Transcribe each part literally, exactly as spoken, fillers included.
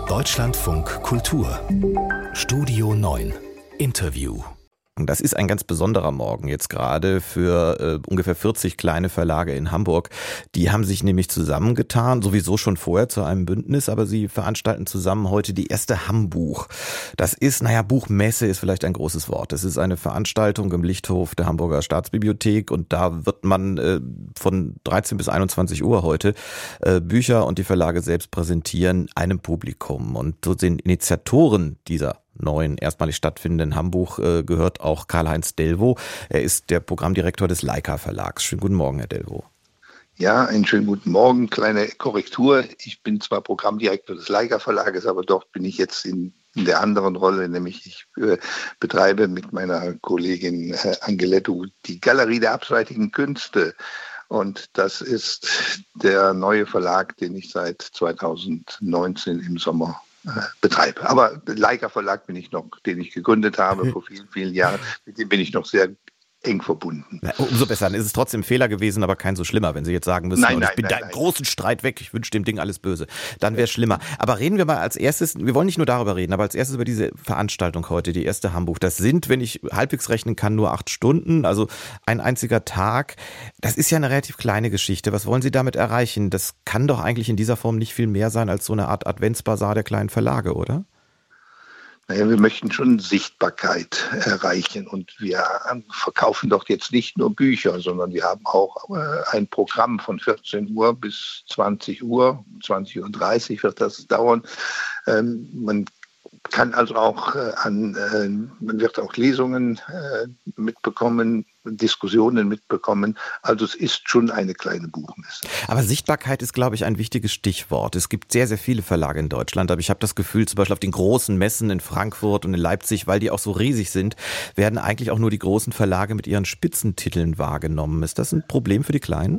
Deutschlandfunk Kultur Studio neun Interview. Das ist ein ganz besonderer Morgen jetzt gerade für äh, ungefähr vierzig kleine Verlage in Hamburg. Die haben sich nämlich zusammengetan, sowieso schon vorher zu einem Bündnis, aber sie veranstalten zusammen heute die erste Hambuch. Das ist, naja, Buchmesse ist vielleicht ein großes Wort. Das ist eine Veranstaltung im Lichthof der Hamburger Staatsbibliothek und da wird man äh, von dreizehn bis einundzwanzig Uhr heute äh, Bücher und die Verlage selbst präsentieren einem Publikum. Und zu den Initiatoren dieser neuen, erstmalig stattfindenden Hambuch äh, gehört auch Karl-Heinz Delvaux. Er ist der Programmdirektor des Leica Verlags. Schönen guten Morgen, Herr Delvaux. Ja, einen schönen guten Morgen. Kleine Korrektur. Ich bin zwar Programmdirektor des Leica Verlages, aber dort bin ich jetzt in, in der anderen Rolle, nämlich ich äh, betreibe mit meiner Kollegin äh, Angeletto die Galerie der abseitigen Künste. Und das ist der neue Verlag, den ich seit zweitausendneunzehn im Sommer betreibe. Aber Leica Verlag bin ich noch, den ich gegründet habe vor vielen, vielen Jahren, mit dem bin ich noch sehr eng verbunden. Na, umso besser, dann ist es trotzdem ein Fehler gewesen, aber kein so schlimmer, wenn Sie jetzt sagen müssen, nein, und nein, ich bin nein, da im nein. großen Streit weg, ich wünsche dem Ding alles Böse, dann wäre es schlimmer. Aber reden wir mal als erstes, wir wollen nicht nur darüber reden, aber als erstes über diese Veranstaltung heute, die erste Hambuch. Das sind, wenn ich halbwegs rechnen kann, nur acht Stunden, also ein einziger Tag. Das ist ja eine relativ kleine Geschichte. Was wollen Sie damit erreichen? Das kann doch eigentlich in dieser Form nicht viel mehr sein als so eine Art Adventsbasar der kleinen Verlage, oder? Naja, wir möchten schon Sichtbarkeit erreichen und wir verkaufen doch jetzt nicht nur Bücher, sondern wir haben auch ein Programm von vierzehn Uhr bis zwanzig Uhr, zwanzig Uhr dreißig wird das dauern. Man kann also auch an, man wird auch Lesungen mitbekommen, Diskussionen mitbekommen. Also es ist schon eine kleine Buchmesse. Aber Sichtbarkeit ist, glaube ich, ein wichtiges Stichwort. Es gibt sehr, sehr viele Verlage in Deutschland, aber ich habe das Gefühl, zum Beispiel auf den großen Messen in Frankfurt und in Leipzig, weil die auch so riesig sind, werden eigentlich auch nur die großen Verlage mit ihren Spitzentiteln wahrgenommen. Ist das ein Problem für die Kleinen?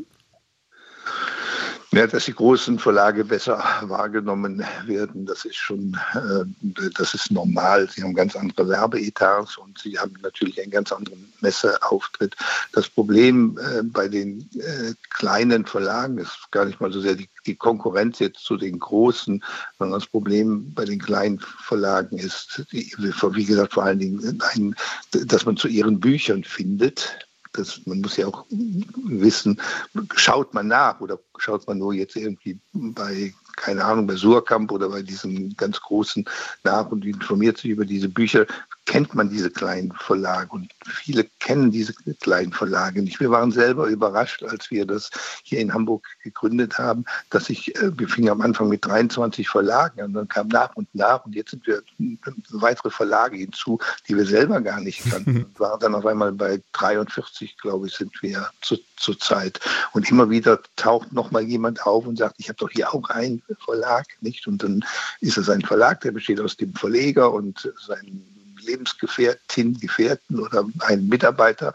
Ja, dass die großen Verlage besser wahrgenommen werden, das ist schon, äh, das ist normal. Sie haben ganz andere Werbeetats und sie haben natürlich einen ganz anderen Messeauftritt. Das Problem äh, bei den äh, kleinen Verlagen ist gar nicht mal so sehr die, die Konkurrenz jetzt zu den großen, sondern das Problem bei den kleinen Verlagen ist, die, wie gesagt, vor allen Dingen, ein, dass man zu ihren Büchern findet. Das, man muss ja auch wissen, schaut man nach oder schaut man nur jetzt irgendwie bei, keine Ahnung, bei Suhrkamp oder bei diesem ganz großen nach und informiert sich über diese Bücher, kennt man diese kleinen Verlage und viele kennen diese kleinen Verlage nicht. Wir waren selber überrascht, als wir das hier in Hamburg gegründet haben, dass ich, wir fingen am Anfang mit dreiundzwanzig Verlagen an, dann kam nach und nach und jetzt sind wir weitere Verlage hinzu, die wir selber gar nicht kannten. Und waren dann auf einmal bei dreiundvierzig, glaube ich, sind wir zu, zur Zeit. Und immer wieder taucht noch mal jemand auf und sagt, ich habe doch hier auch einen Verlag, nicht? Und dann ist es ein Verlag, der besteht aus dem Verleger und seinem Lebensgefährtin, Gefährten oder einen Mitarbeiterin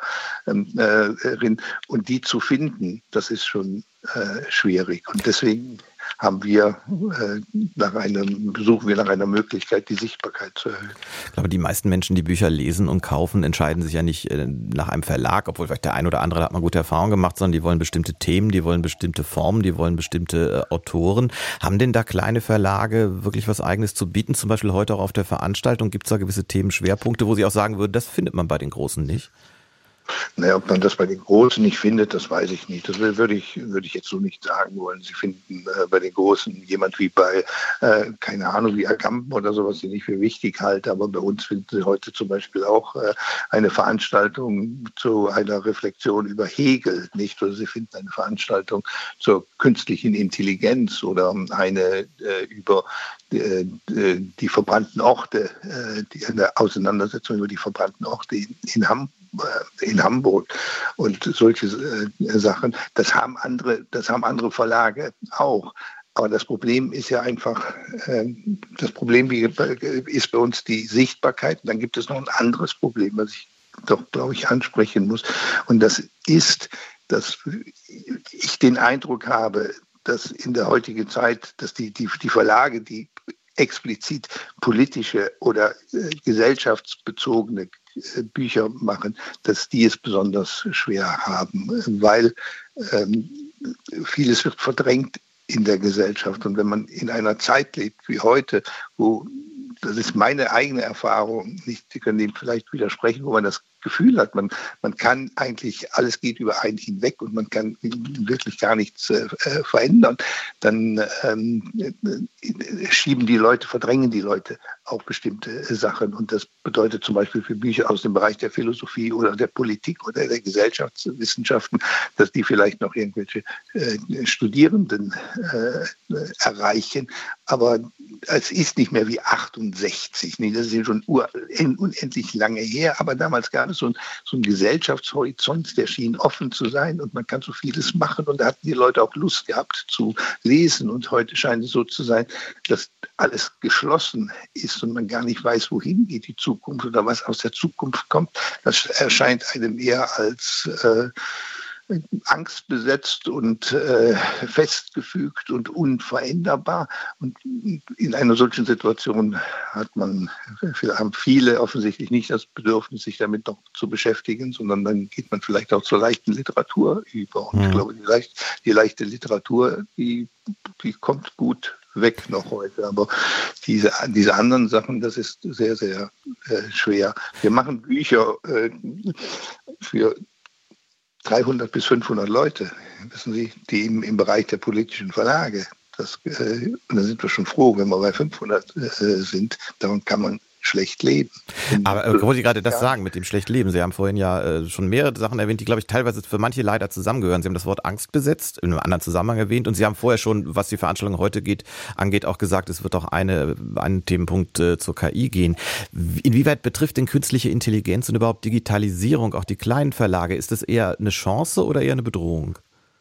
äh, und die zu finden, das ist schon äh, schwierig. Und deswegen haben wir äh, nach einem, suchen wir nach einer Möglichkeit, die Sichtbarkeit zu erhöhen. Ich glaube, die meisten Menschen, die Bücher lesen und kaufen, entscheiden sich ja nicht äh, nach einem Verlag, obwohl vielleicht der ein oder andere, da hat man gute Erfahrungen gemacht, sondern die wollen bestimmte Themen, die wollen bestimmte Formen, die wollen bestimmte äh, Autoren. Haben denn da kleine Verlage wirklich was Eigenes zu bieten? Zum Beispiel heute auch auf der Veranstaltung, gibt es da gewisse Themenschwerpunkte, wo Sie auch sagen würden, das findet man bei den Großen nicht? Naja, ob man das bei den Großen nicht findet, das weiß ich nicht. Das würde ich, würde ich jetzt so nicht sagen wollen. Sie finden äh, bei den Großen jemand wie bei, äh, keine Ahnung, wie Agamben oder sowas, die ich nicht für wichtig halte. Aber bei uns finden Sie heute zum Beispiel auch äh, eine Veranstaltung zu einer Reflexion über Hegel, nicht? Oder Sie finden eine Veranstaltung zur künstlichen Intelligenz oder eine äh, über äh, die verbrannten Orte, äh, die, eine Auseinandersetzung über die verbrannten Orte in, in Hamburg. in Hamburg und solche äh, Sachen, das haben andere, das haben andere Verlage auch. Aber das Problem ist ja einfach, äh, das Problem ist bei uns die Sichtbarkeit. Und dann gibt es noch ein anderes Problem, was ich doch, glaube ich, ansprechen muss. Und das ist, dass ich den Eindruck habe, dass in der heutigen Zeit, dass die, die, die Verlage, die explizit politische oder äh, gesellschaftsbezogene äh, Bücher machen, dass die es besonders schwer haben, weil ähm, vieles wird verdrängt in der Gesellschaft. Und wenn man in einer Zeit lebt wie heute, wo, das ist meine eigene Erfahrung, nicht, Sie können dem vielleicht widersprechen, wo man das Gefühl hat, man, man kann eigentlich, alles geht über einen hinweg und man kann wirklich gar nichts äh, verändern, dann ähm, schieben die Leute, verdrängen die Leute auch bestimmte Sachen. Und das bedeutet zum Beispiel für Bücher aus dem Bereich der Philosophie oder der Politik oder der Gesellschaftswissenschaften, dass die vielleicht noch irgendwelche äh, Studierenden äh, erreichen. Aber es ist nicht mehr wie achtundsechzig. Nee, das ist schon unendlich lange her, aber damals gab es so ein, so ein Gesellschaftshorizont, der schien offen zu sein und man kann so vieles machen und da hatten die Leute auch Lust gehabt zu lesen. Und heute scheint es so zu sein, dass alles geschlossen ist und man gar nicht weiß, wohin geht die Zukunft oder was aus der Zukunft kommt. Das erscheint einem eher als äh, angstbesetzt und äh, festgefügt und unveränderbar. Und in einer solchen Situation hat man, haben viele offensichtlich nicht das Bedürfnis, sich damit noch zu beschäftigen, sondern dann geht man vielleicht auch zur leichten Literatur über. Und mhm. ich glaube, die, leicht, die leichte Literatur, die, die kommt gut weg noch heute. Aber diese, diese anderen Sachen, das ist sehr, sehr äh, schwer. Wir machen Bücher äh, für dreihundert bis fünfhundert Leute, wissen Sie, die im, im Bereich der politischen Verlage. Das, äh, und da sind wir schon froh, wenn wir bei fünfhundert äh, sind. Daran kann man schlecht leben. Aber äh, wollte ich gerade das ja. sagen mit dem schlecht leben? Sie haben vorhin ja äh, schon mehrere Sachen erwähnt, die, glaube ich, teilweise für manche leider zusammengehören. Sie haben das Wort Angst besetzt, in einem anderen Zusammenhang erwähnt und Sie haben vorher schon, was die Veranstaltung heute geht, angeht, auch gesagt, es wird auch eine, einen Themenpunkt äh, zur K I gehen. Inwieweit betrifft denn künstliche Intelligenz und überhaupt Digitalisierung auch die kleinen Verlage? Ist das eher eine Chance oder eher eine Bedrohung?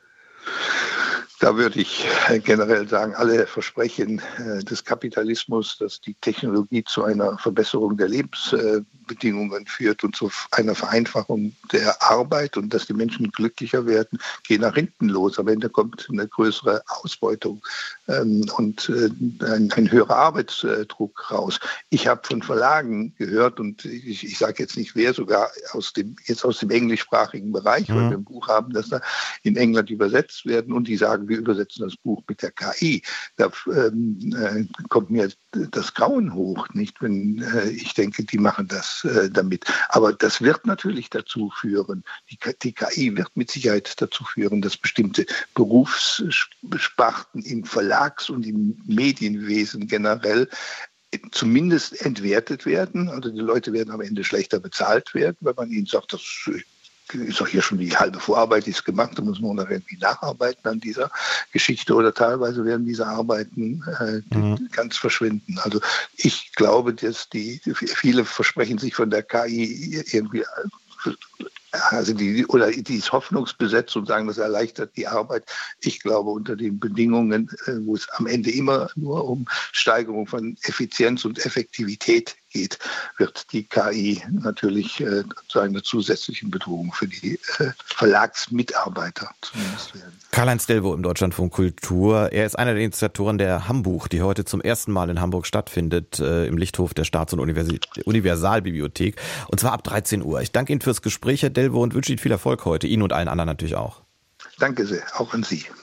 Da würde ich generell sagen, alle Versprechen des Kapitalismus, dass die Technologie zu einer Verbesserung der Lebensbedingungen führt und zu einer Vereinfachung der Arbeit und dass die Menschen glücklicher werden, gehen nach hinten los. Am Ende kommt eine größere Ausbeutung und ein, ein höherer Arbeitsdruck raus. Ich habe von Verlagen gehört und ich, ich sage jetzt nicht wer, sogar aus dem, jetzt aus dem englischsprachigen Bereich, mhm. weil wir ein Buch haben, das da in England übersetzt werden und die sagen, wir übersetzen das Buch mit der K I. Da ähm, äh, kommt mir das Grauen hoch, nicht, wenn äh, ich denke, die machen das äh, damit. Aber das wird natürlich dazu führen, die, die K I wird mit Sicherheit dazu führen, dass bestimmte Berufssparten im Verlags- und im Medienwesen generell zumindest entwertet werden. Also die Leute werden am Ende schlechter bezahlt werden, weil man ihnen sagt, das ist doch hier schon die halbe Vorarbeit, die ist gemacht, da muss man noch irgendwie nacharbeiten an dieser Geschichte oder teilweise werden diese Arbeiten äh, mhm. ganz verschwinden. Also ich glaube, dass die viele versprechen sich von der K I irgendwie also die, oder die ist hoffnungsbesetzt und sagen, das erleichtert die Arbeit. Ich glaube, unter den Bedingungen, wo es am Ende immer nur um Steigerung von Effizienz und Effektivität geht, wird die K I natürlich äh, zu einer zusätzlichen Bedrohung für die äh, Verlagsmitarbeiter zumindest werden. Karl-Heinz Delvaux im Deutschlandfunk Kultur. Er ist einer der Initiatoren der Hambuch, die heute zum ersten Mal in Hamburg stattfindet, äh, im Lichthof der Staats- und Universi- Universalbibliothek. Und zwar ab dreizehn Uhr. Ich danke Ihnen fürs Gespräch, Herr Delvaux, und wünsche Ihnen viel Erfolg heute. Ihnen und allen anderen natürlich auch. Danke sehr, auch an Sie.